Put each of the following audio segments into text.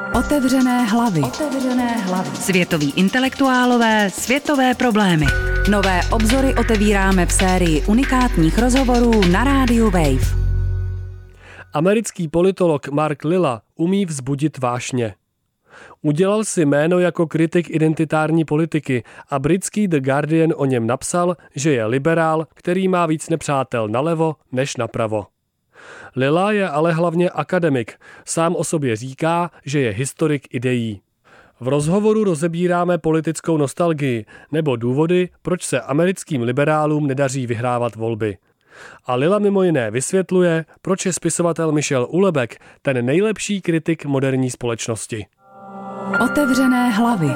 Otevřené hlavy. Světoví intelektuálové, světové problémy. Nové obzory otevíráme v sérii unikátních rozhovorů na rádiu Wave. Americký politolog Mark Lilla umí vzbudit vášně. Udělal si jméno jako kritik identitární politiky a britský The Guardian o něm napsal, že je liberál, který má víc nepřátel nalevo než napravo. Lilla je ale hlavně akademik. Sám o sobě říká, že je historik ideí. V rozhovoru rozebíráme politickou nostalgii nebo důvody, proč se americkým liberálům nedaří vyhrávat volby. A Lilla mimo jiné vysvětluje, proč je spisovatel Michel Houellebecq ten nejlepší kritik moderní společnosti. Otevřené hlavy.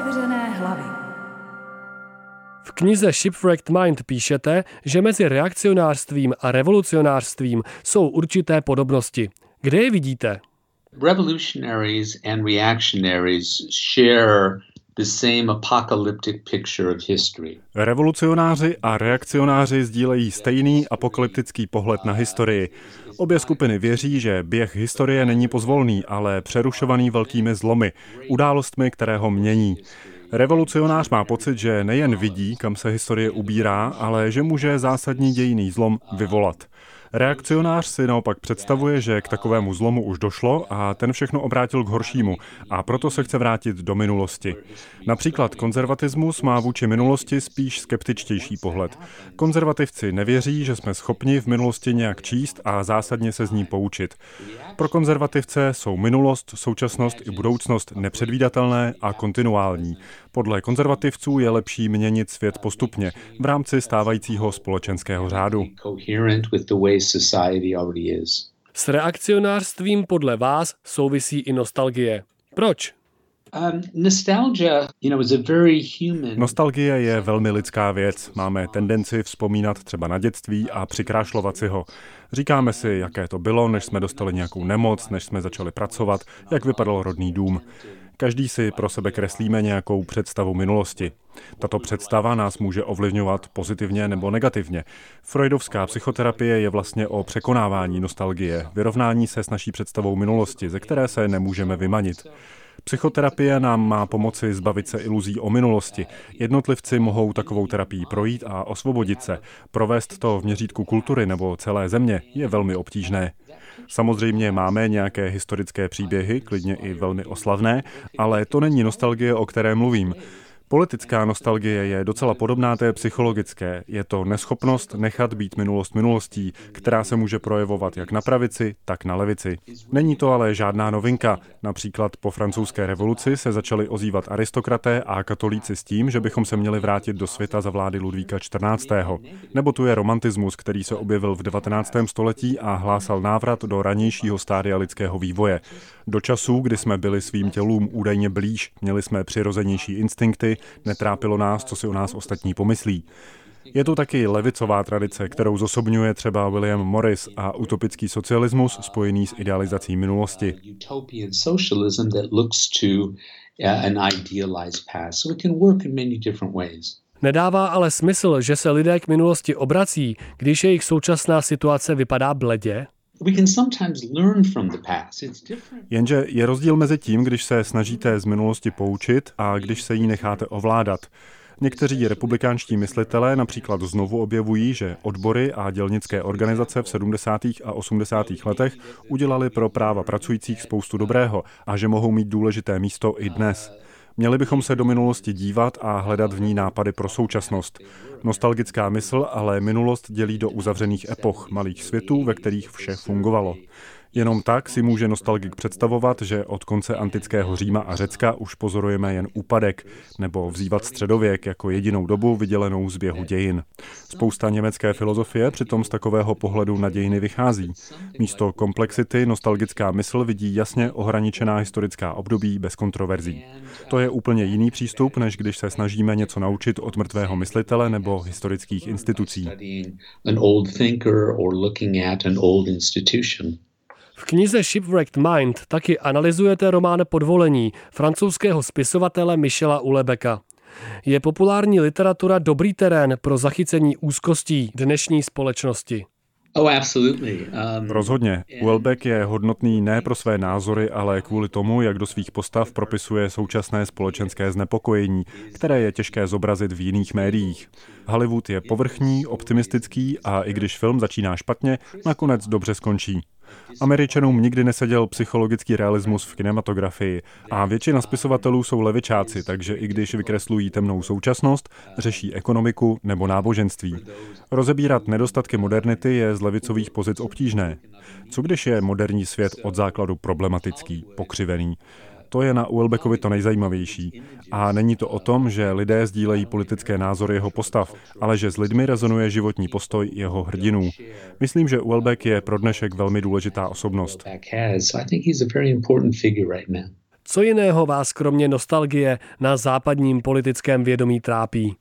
V knize Shipwrecked Mind píšete, že mezi reakcionářstvím a revolucionářstvím jsou určité podobnosti. Kde je vidíte? Revolutionaries and reactionaries share the same apocalyptic picture of history. Revolucionáři a reakcionáři sdílejí stejný apokalyptický pohled na historii. Obě skupiny věří, že běh historie není pozvolný, ale přerušovaný velkými zlomy, událostmi, které ho mění. Revolucionář má pocit, že nejen vidí, kam se historie ubírá, ale že může zásadní dějinný zlom vyvolat. Reakcionář si naopak představuje, že k takovému zlomu už došlo a ten všechno obrátil k horšímu a proto se chce vrátit do minulosti. Například konzervatismus má vůči minulosti spíš skeptičtější pohled. Konzervativci nevěří, že jsme schopni v minulosti nějak číst a zásadně se z ní poučit. Pro konzervativce jsou minulost, současnost i budoucnost nepředvídatelné a kontinuální. Podle konzervativců je lepší měnit svět postupně v rámci stávajícího společenského řádu. S reakcionářstvím podle vás souvisí i nostalgie. Proč? Nostalgie je velmi lidská věc. Máme tendenci vzpomínat třeba na dětství a přikrášlovat si ho. Říkáme si, jaké to bylo, než jsme dostali nějakou nemoc, než jsme začali pracovat, jak vypadal rodný dům. Každý si pro sebe kreslíme nějakou představu minulosti. Tato představa nás může ovlivňovat pozitivně nebo negativně. Freudovská psychoterapie je vlastně o překonávání nostalgie, vyrovnání se s naší představou minulosti, ze které se nemůžeme vymanit. Psychoterapie nám má pomoci zbavit se iluzí o minulosti. Jednotlivci mohou takovou terapii projít a osvobodit se. Provést to v měřítku kultury nebo celé země je velmi obtížné. Samozřejmě máme nějaké historické příběhy, klidně i velmi oslavné, ale to není nostalgie, o které mluvím. Politická nostalgie je docela podobná té psychologické. Je to neschopnost nechat být minulost minulostí, která se může projevovat jak na pravici, tak na levici. Není to ale žádná novinka. Například po francouzské revoluci se začali ozývat aristokraté a katolíci s tím, že bychom se měli vrátit do světa za vlády Ludvíka XIV. Nebo tu je romantismus, který se objevil v 19. století a hlásal návrat do ranějšího stádia lidského vývoje. Do časů, kdy jsme byli svým tělům údajně blíž, měli jsme přirozenější instinkty, netrápilo nás, co si o nás ostatní pomyslí. Je to taky levicová tradice, kterou zosobňuje třeba William Morris a utopický socialismus spojený s idealizací minulosti. Nedává ale smysl, že se lidé k minulosti obrací, když jejich současná situace vypadá bledě? Jenže je rozdíl mezi tím, když se snažíte z minulosti poučit a když se jí necháte ovládat. Někteří republikánští myslitelé například znovu objevují, že odbory a dělnické organizace v 70. a 80. letech udělali pro práva pracujících spoustu dobrého a že mohou mít důležité místo i dnes. Měli bychom se do minulosti dívat a hledat v ní nápady pro současnost. Nostalgická mysl ale minulost dělí do uzavřených epoch, malých světů, ve kterých vše fungovalo. Jenom tak si může nostalgik představovat, že od konce antického Říma a Řecka už pozorujeme jen úpadek, nebo vzývat středověk jako jedinou dobu vydělenou z běhu dějin. Spousta německé filozofie přitom z takového pohledu na dějiny vychází. Místo komplexity nostalgická mysl vidí jasně ohraničená historická období bez kontroverzí. To je úplně jiný přístup, než když se snažíme něco naučit od mrtvého myslitele nebo historických institucí. V knize Shipwrecked Mind taky analyzujete román Podvolení francouzského spisovatele Michela Houellebecqa. Je populární literatura dobrý terén pro zachycení úzkostí dnešní společnosti? Rozhodně. Houellebecq je hodnotný ne pro své názory, ale kvůli tomu, jak do svých postav propisuje současné společenské znepokojení, které je těžké zobrazit v jiných médiích. Hollywood je povrchní, optimistický a i když film začíná špatně, nakonec dobře skončí. Američanům nikdy neseděl psychologický realismus v kinematografii a většina spisovatelů jsou levičáci, takže i když vykreslují temnou současnost, řeší ekonomiku nebo náboženství. Rozebírat nedostatky modernity je z levicových pozic obtížné. Co když je moderní svět od základu problematický, pokřivený? To je na Houellebecqovi to nejzajímavější. A není to o tom, že lidé sdílejí politické názory jeho postav, ale že s lidmi rezonuje životní postoj jeho hrdinů. Myslím, že Houellebecq je pro dnešek velmi důležitá osobnost. Co jiného vás kromě nostalgie na západním politickém vědomí trápí?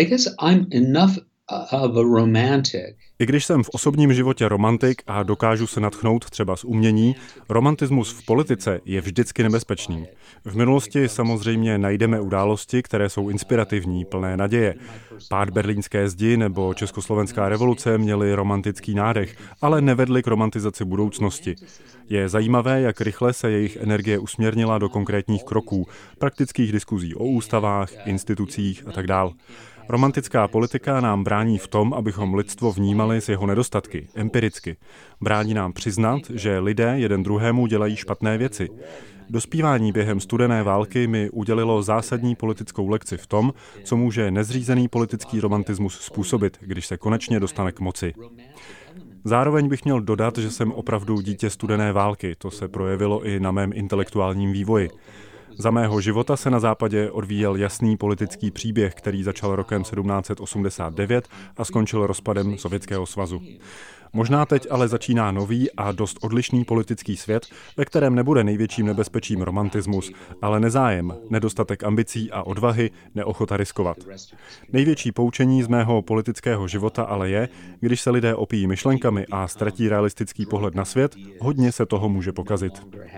I když jsem v osobním životě romantik a dokážu se nadchnout třeba z umění, romantismus v politice je vždycky nebezpečný. V minulosti samozřejmě najdeme události, které jsou inspirativní, plné naděje. Pád berlínské zdi nebo československá revoluce měly romantický nádech, ale nevedly k romantizaci budoucnosti. Je zajímavé, jak rychle se jejich energie usměrnila do konkrétních kroků, praktických diskuzí o ústavách, institucích a tak dále. Romantická politika nám brání v tom, abychom lidstvo vnímali s jeho nedostatky, empiricky. Brání nám přiznat, že lidé jeden druhému dělají špatné věci. Dospívání během studené války mi udělilo zásadní politickou lekci v tom, co může nezřízený politický romantismus způsobit, když se konečně dostane k moci. Zároveň bych měl dodat, že jsem opravdu dítě studené války, to se projevilo i na mém intelektuálním vývoji. Za mého života se na západě odvíjel jasný politický příběh, který začal rokem 1789 a skončil rozpadem Sovětského svazu. Možná teď ale začíná nový a dost odlišný politický svět, ve kterém nebude největším nebezpečím romantismus, ale nezájem, nedostatek ambicí a odvahy, neochota riskovat. Největší poučení z mého politického života ale je, když se lidé opíjí myšlenkami a ztratí realistický pohled na svět, hodně se toho může pokazit.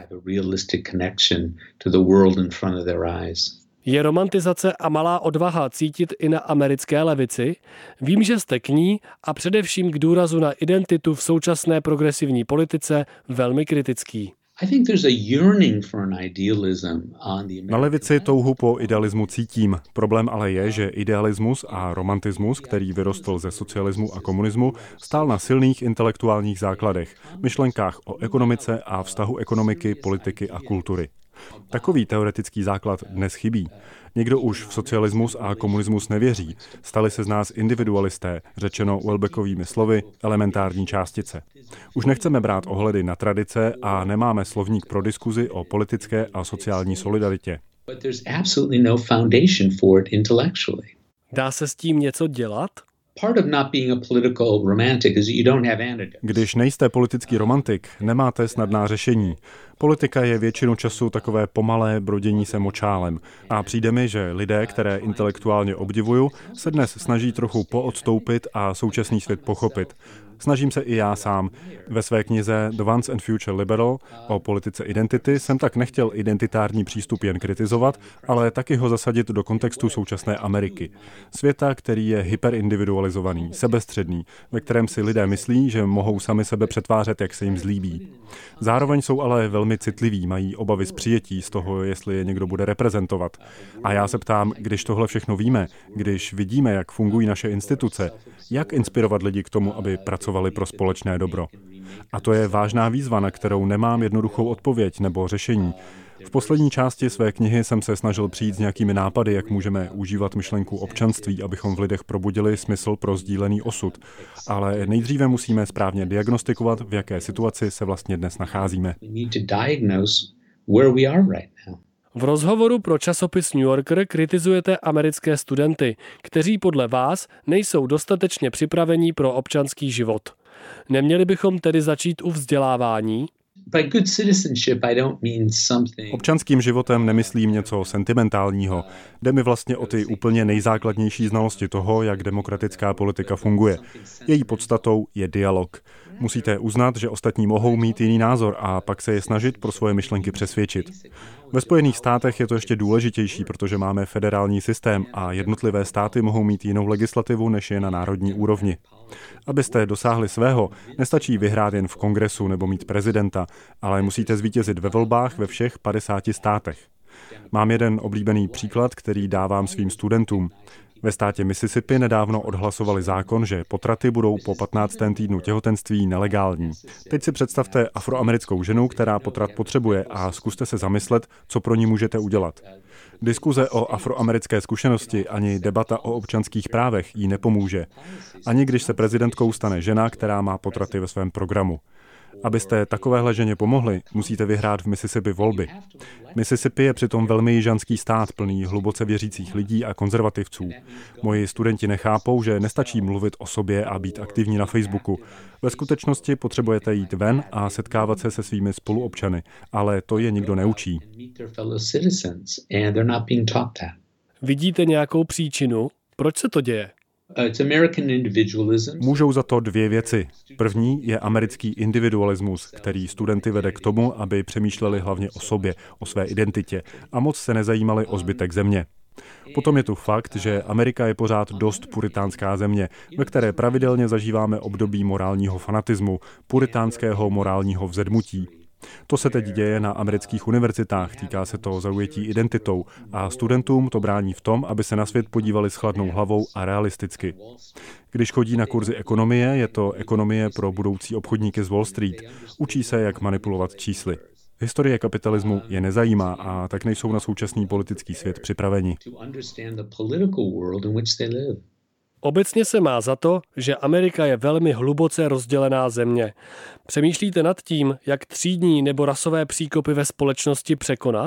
Je romantizace a malá odvaha cítit i na americké levici? Vím, že jste k ní a především k důrazu na identitu v současné progresivní politice velmi kritický. Na levici touhu po idealismu cítím. Problém ale je, že idealismus a romantismus, který vyrostl ze socialismu a komunismu, stál na silných intelektuálních základech, myšlenkách o ekonomice a vztahu ekonomiky, politiky a kultury. Takový teoretický základ dnes chybí. Někdo už v socialismus a komunismus nevěří. Stali se z nás individualisté, řečeno Houellebecqovými slovy, elementární částice. Už nechceme brát ohledy na tradice a nemáme slovník pro diskuzi o politické a sociální solidaritě. Dá se s tím něco dělat? Když nejste politický romantik, nemáte snadná řešení. Politika je většinu času takové pomalé brodění se močálem a přijde mi, že lidé, které intelektuálně obdivuju, se dnes snaží trochu poodstoupit a současný svět pochopit. Snažím se i já sám. Ve své knize The Once and Future Liberal o politice identity jsem tak nechtěl identitární přístup jen kritizovat, ale taky ho zasadit do kontextu současné Ameriky. Světa, který je hyperindividualizovaný, sebestředný, ve kterém si lidé myslí, že mohou sami sebe přetvářet, jak se jim zlíbí. Zároveň jsou ale velmi citliví, mají obavy z přijetí, z toho, jestli je někdo bude reprezentovat. A já se ptám, když tohle všechno víme, když vidíme, jak fungují naše instituce, jak inspirovat lidi k tomu, aby pracovali pro společné dobro. A to je vážná výzva, na kterou nemám jednoduchou odpověď nebo řešení. V poslední části své knihy jsem se snažil přijít s nějakými nápady, jak můžeme užívat myšlenku občanství, abychom v lidech probudili smysl pro sdílený osud. Ale nejdříve musíme správně diagnostikovat, v jaké situaci se vlastně dnes nacházíme. V rozhovoru pro časopis New Yorker kritizujete americké studenty, kteří podle vás nejsou dostatečně připravení pro občanský život. Neměli bychom tedy začít u vzdělávání? Občanským životem nemyslím něco sentimentálního. Jde mi vlastně o ty úplně nejzákladnější znalosti toho, jak demokratická politika funguje. Její podstatou je dialog. Musíte uznat, že ostatní mohou mít jiný názor a pak se je snažit pro svoje myšlenky přesvědčit. Ve Spojených státech je to ještě důležitější, protože máme federální systém a jednotlivé státy mohou mít jinou legislativu, než je na národní úrovni. Abyste dosáhli svého, nestačí vyhrát jen v kongresu nebo mít prezidenta, ale musíte zvítězit ve volbách ve všech 50 státech. Mám jeden oblíbený příklad, který dávám svým studentům. Ve státě Mississippi nedávno odhlasovali zákon, že potraty budou po 15. týdnu těhotenství nelegální. Teď si představte afroamerickou ženu, která potrat potřebuje a zkuste se zamyslet, co pro ní můžete udělat. Diskuze o afroamerické zkušenosti ani debata o občanských právech jí nepomůže. Ani když se prezidentkou stane žena, která má potraty ve svém programu. Abyste takovéhle ženě pomohli, musíte vyhrát v Mississippi volby. Mississippi je přitom velmi jižanský stát, plný hluboce věřících lidí a konzervativců. Moji studenti nechápou, že nestačí mluvit o sobě a být aktivní na Facebooku. Ve skutečnosti potřebujete jít ven a setkávat se se svými spoluobčany, ale to je nikdo neučí. Vidíte nějakou příčinu? Proč se to děje? Můžou za to dvě věci. První je americký individualismus, který studenty vede k tomu, aby přemýšleli hlavně o sobě, o své identitě a moc se nezajímali o zbytek země. Potom je tu fakt, že Amerika je pořád dost puritánská země, ve které pravidelně zažíváme období morálního fanatismu, puritánského morálního vzedmutí. To se teď děje na amerických univerzitách, týká se to zaujetí identitou a studentům to brání v tom, aby se na svět podívali s chladnou hlavou a realisticky. Když chodí na kurzy ekonomie, je to ekonomie pro budoucí obchodníky z Wall Street. Učí se, jak manipulovat čísly. Historie kapitalismu je nezajímá a tak nejsou na současný politický svět připraveni. Obecně se má za to, že Amerika je velmi hluboce rozdělená země. Přemýšlíte nad tím, jak třídní nebo rasové příkopy ve společnosti překonat?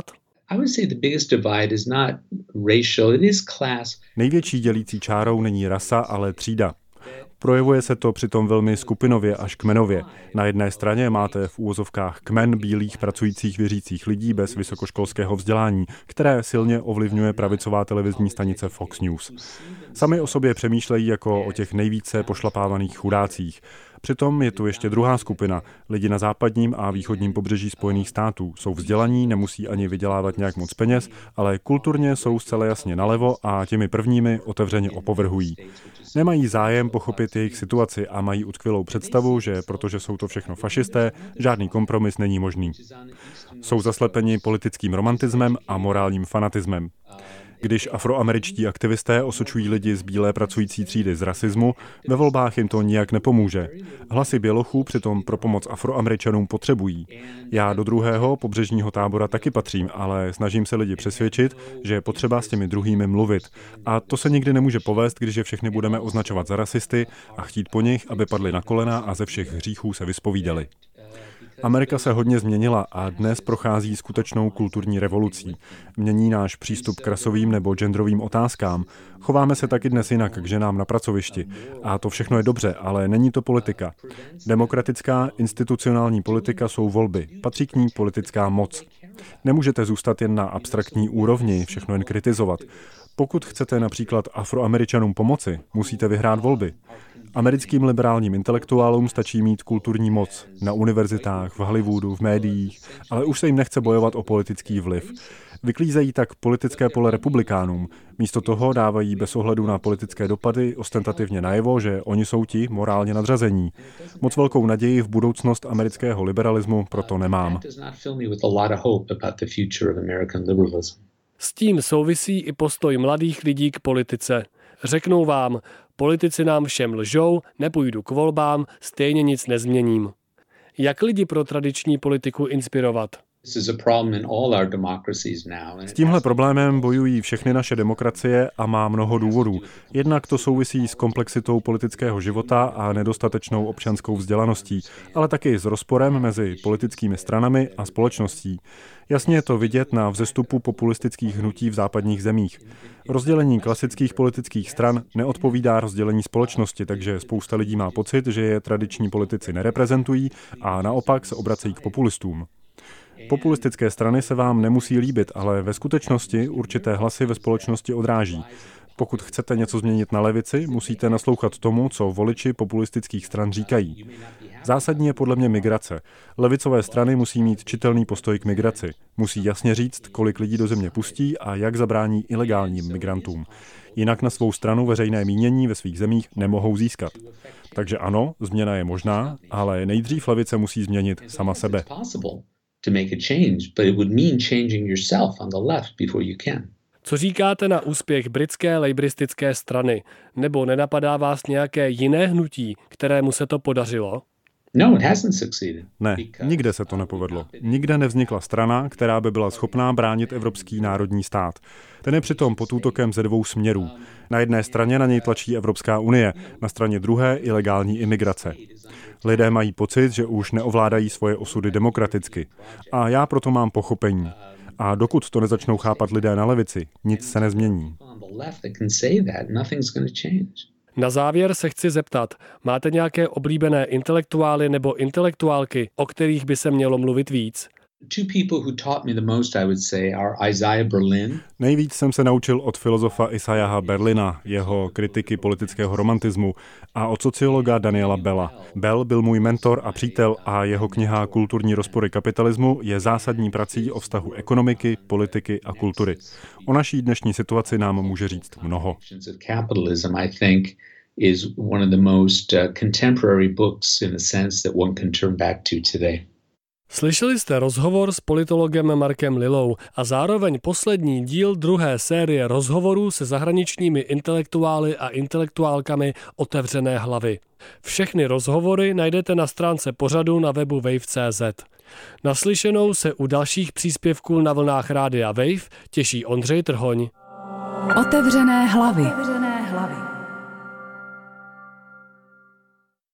Největší dělící čárou není rasa, ale třída. Projevuje se to přitom velmi skupinově až kmenově. Na jedné straně máte v úvozovkách kmen bílých pracujících věřících lidí bez vysokoškolského vzdělání, které silně ovlivňuje pravicová televizní stanice Fox News. Sami o sobě přemýšlejí jako o těch nejvíce pošlapávaných chudácích. Přitom je tu ještě druhá skupina. Lidi na západním a východním pobřeží Spojených států jsou vzdělaní, nemusí ani vydělávat nějak moc peněz, ale kulturně jsou zcela jasně nalevo a těmi prvními otevřeně opovrhují. Nemají zájem pochopit jejich situaci a mají utkvělou představu, že protože jsou to všechno fašisté, žádný kompromis není možný. Jsou zaslepeni politickým romantismem a morálním fanatismem. Když afroameričtí aktivisté osočují lidi z bílé pracující třídy z rasismu, ve volbách jim to nijak nepomůže. Hlasy bělochů přitom pro pomoc Afroameričanům potřebují. Já do druhého pobřežního tábora taky patřím, ale snažím se lidi přesvědčit, že je potřeba s těmi druhými mluvit. A to se nikdy nemůže povést, když je všechny budeme označovat za rasisty a chtít po nich, aby padli na kolena a ze všech hříchů se vyspovídali. Amerika se hodně změnila a dnes prochází skutečnou kulturní revolucí. Mění náš přístup k rasovým nebo genderovým otázkám. Chováme se taky dnes jinak k ženám na pracovišti. A to všechno je dobře, ale není to politika. Demokratická institucionální politika jsou volby. Patří k ní politická moc. Nemůžete zůstat jen na abstraktní úrovni, všechno jen kritizovat. Pokud chcete například Afroameričanům pomoci, musíte vyhrát volby. Americkým liberálním intelektuálům stačí mít kulturní moc na univerzitách, v Hollywoodu, v médiích, ale už se jim nechce bojovat o politický vliv. Vyklízejí tak politické pole republikánům. Místo toho dávají bez ohledu na politické dopady ostentativně najevo, že oni jsou ti morálně nadřazení. Moc velkou naději v budoucnost amerického liberalismu proto nemám. S tím souvisí i postoj mladých lidí k politice. Řeknou vám, politici nám všem lžou, nepůjdu k volbám, stejně nic nezměním. Jak lidi pro tradiční politiku inspirovat? S tímhle problémem bojují všechny naše demokracie a má mnoho důvodů. Jednak to souvisí s komplexitou politického života a nedostatečnou občanskou vzdělaností, ale taky s rozporem mezi politickými stranami a společností. Jasně je to vidět na vzestupu populistických hnutí v západních zemích. Rozdělení klasických politických stran neodpovídá rozdělení společnosti, takže spousta lidí má pocit, že je tradiční politici nereprezentují a naopak se obracejí k populistům. Populistické strany se vám nemusí líbit, ale ve skutečnosti určité hlasy ve společnosti odráží. Pokud chcete něco změnit na levici, musíte naslouchat tomu, co voliči populistických stran říkají. Zásadní je podle mě migrace. Levicové strany musí mít čitelný postoj k migraci. Musí jasně říct, kolik lidí do země pustí a jak zabrání ilegálním migrantům. Jinak na svou stranu veřejné mínění ve svých zemích nemohou získat. Takže ano, změna je možná, ale nejdřív levice musí změnit sama sebe. Co říkáte na úspěch britské lejbristické strany? Nebo nenapadá vás nějaké jiné hnutí, kterému se to podařilo? Ne, nikde se to nepovedlo. Nikde nevznikla strana, která by byla schopná bránit evropský národní stát. Ten je přitom pod útokem ze dvou směrů. Na jedné straně na něj tlačí Evropská unie, na straně druhé ilegální imigrace. Lidé mají pocit, že už neovládají svoje osudy demokraticky. A já proto mám pochopení. A dokud to nezačnou chápat lidé na levici, nic se nezmění. Na závěr se chci zeptat, máte nějaké oblíbené intelektuály nebo intelektuálky, o kterých by se mělo mluvit víc? Nejvíc jsem se naučil od filozofa Isaiaha Berlina, jeho kritiky politického romantismu, a od sociologa Daniela Bella. Bell byl můj mentor a přítel a jeho kniha Kulturní rozpory kapitalismu je zásadní prací o vztahu ekonomiky, politiky a kultury. O naší dnešní situaci nám může říct mnoho. Is one of the most contemporary books in the sense that one can turn back to today. Slyšeli jste rozhovor s politologem Markem Lillou a zároveň poslední díl druhé série rozhovorů se zahraničními intelektuály a intelektuálkami Otevřené hlavy. Všechny rozhovory najdete na stránce pořadu na webu wave.cz. Naslyšenou se u dalších příspěvků na vlnách rádia Wave těší Ondřej Trhoň. Otevřené hlavy.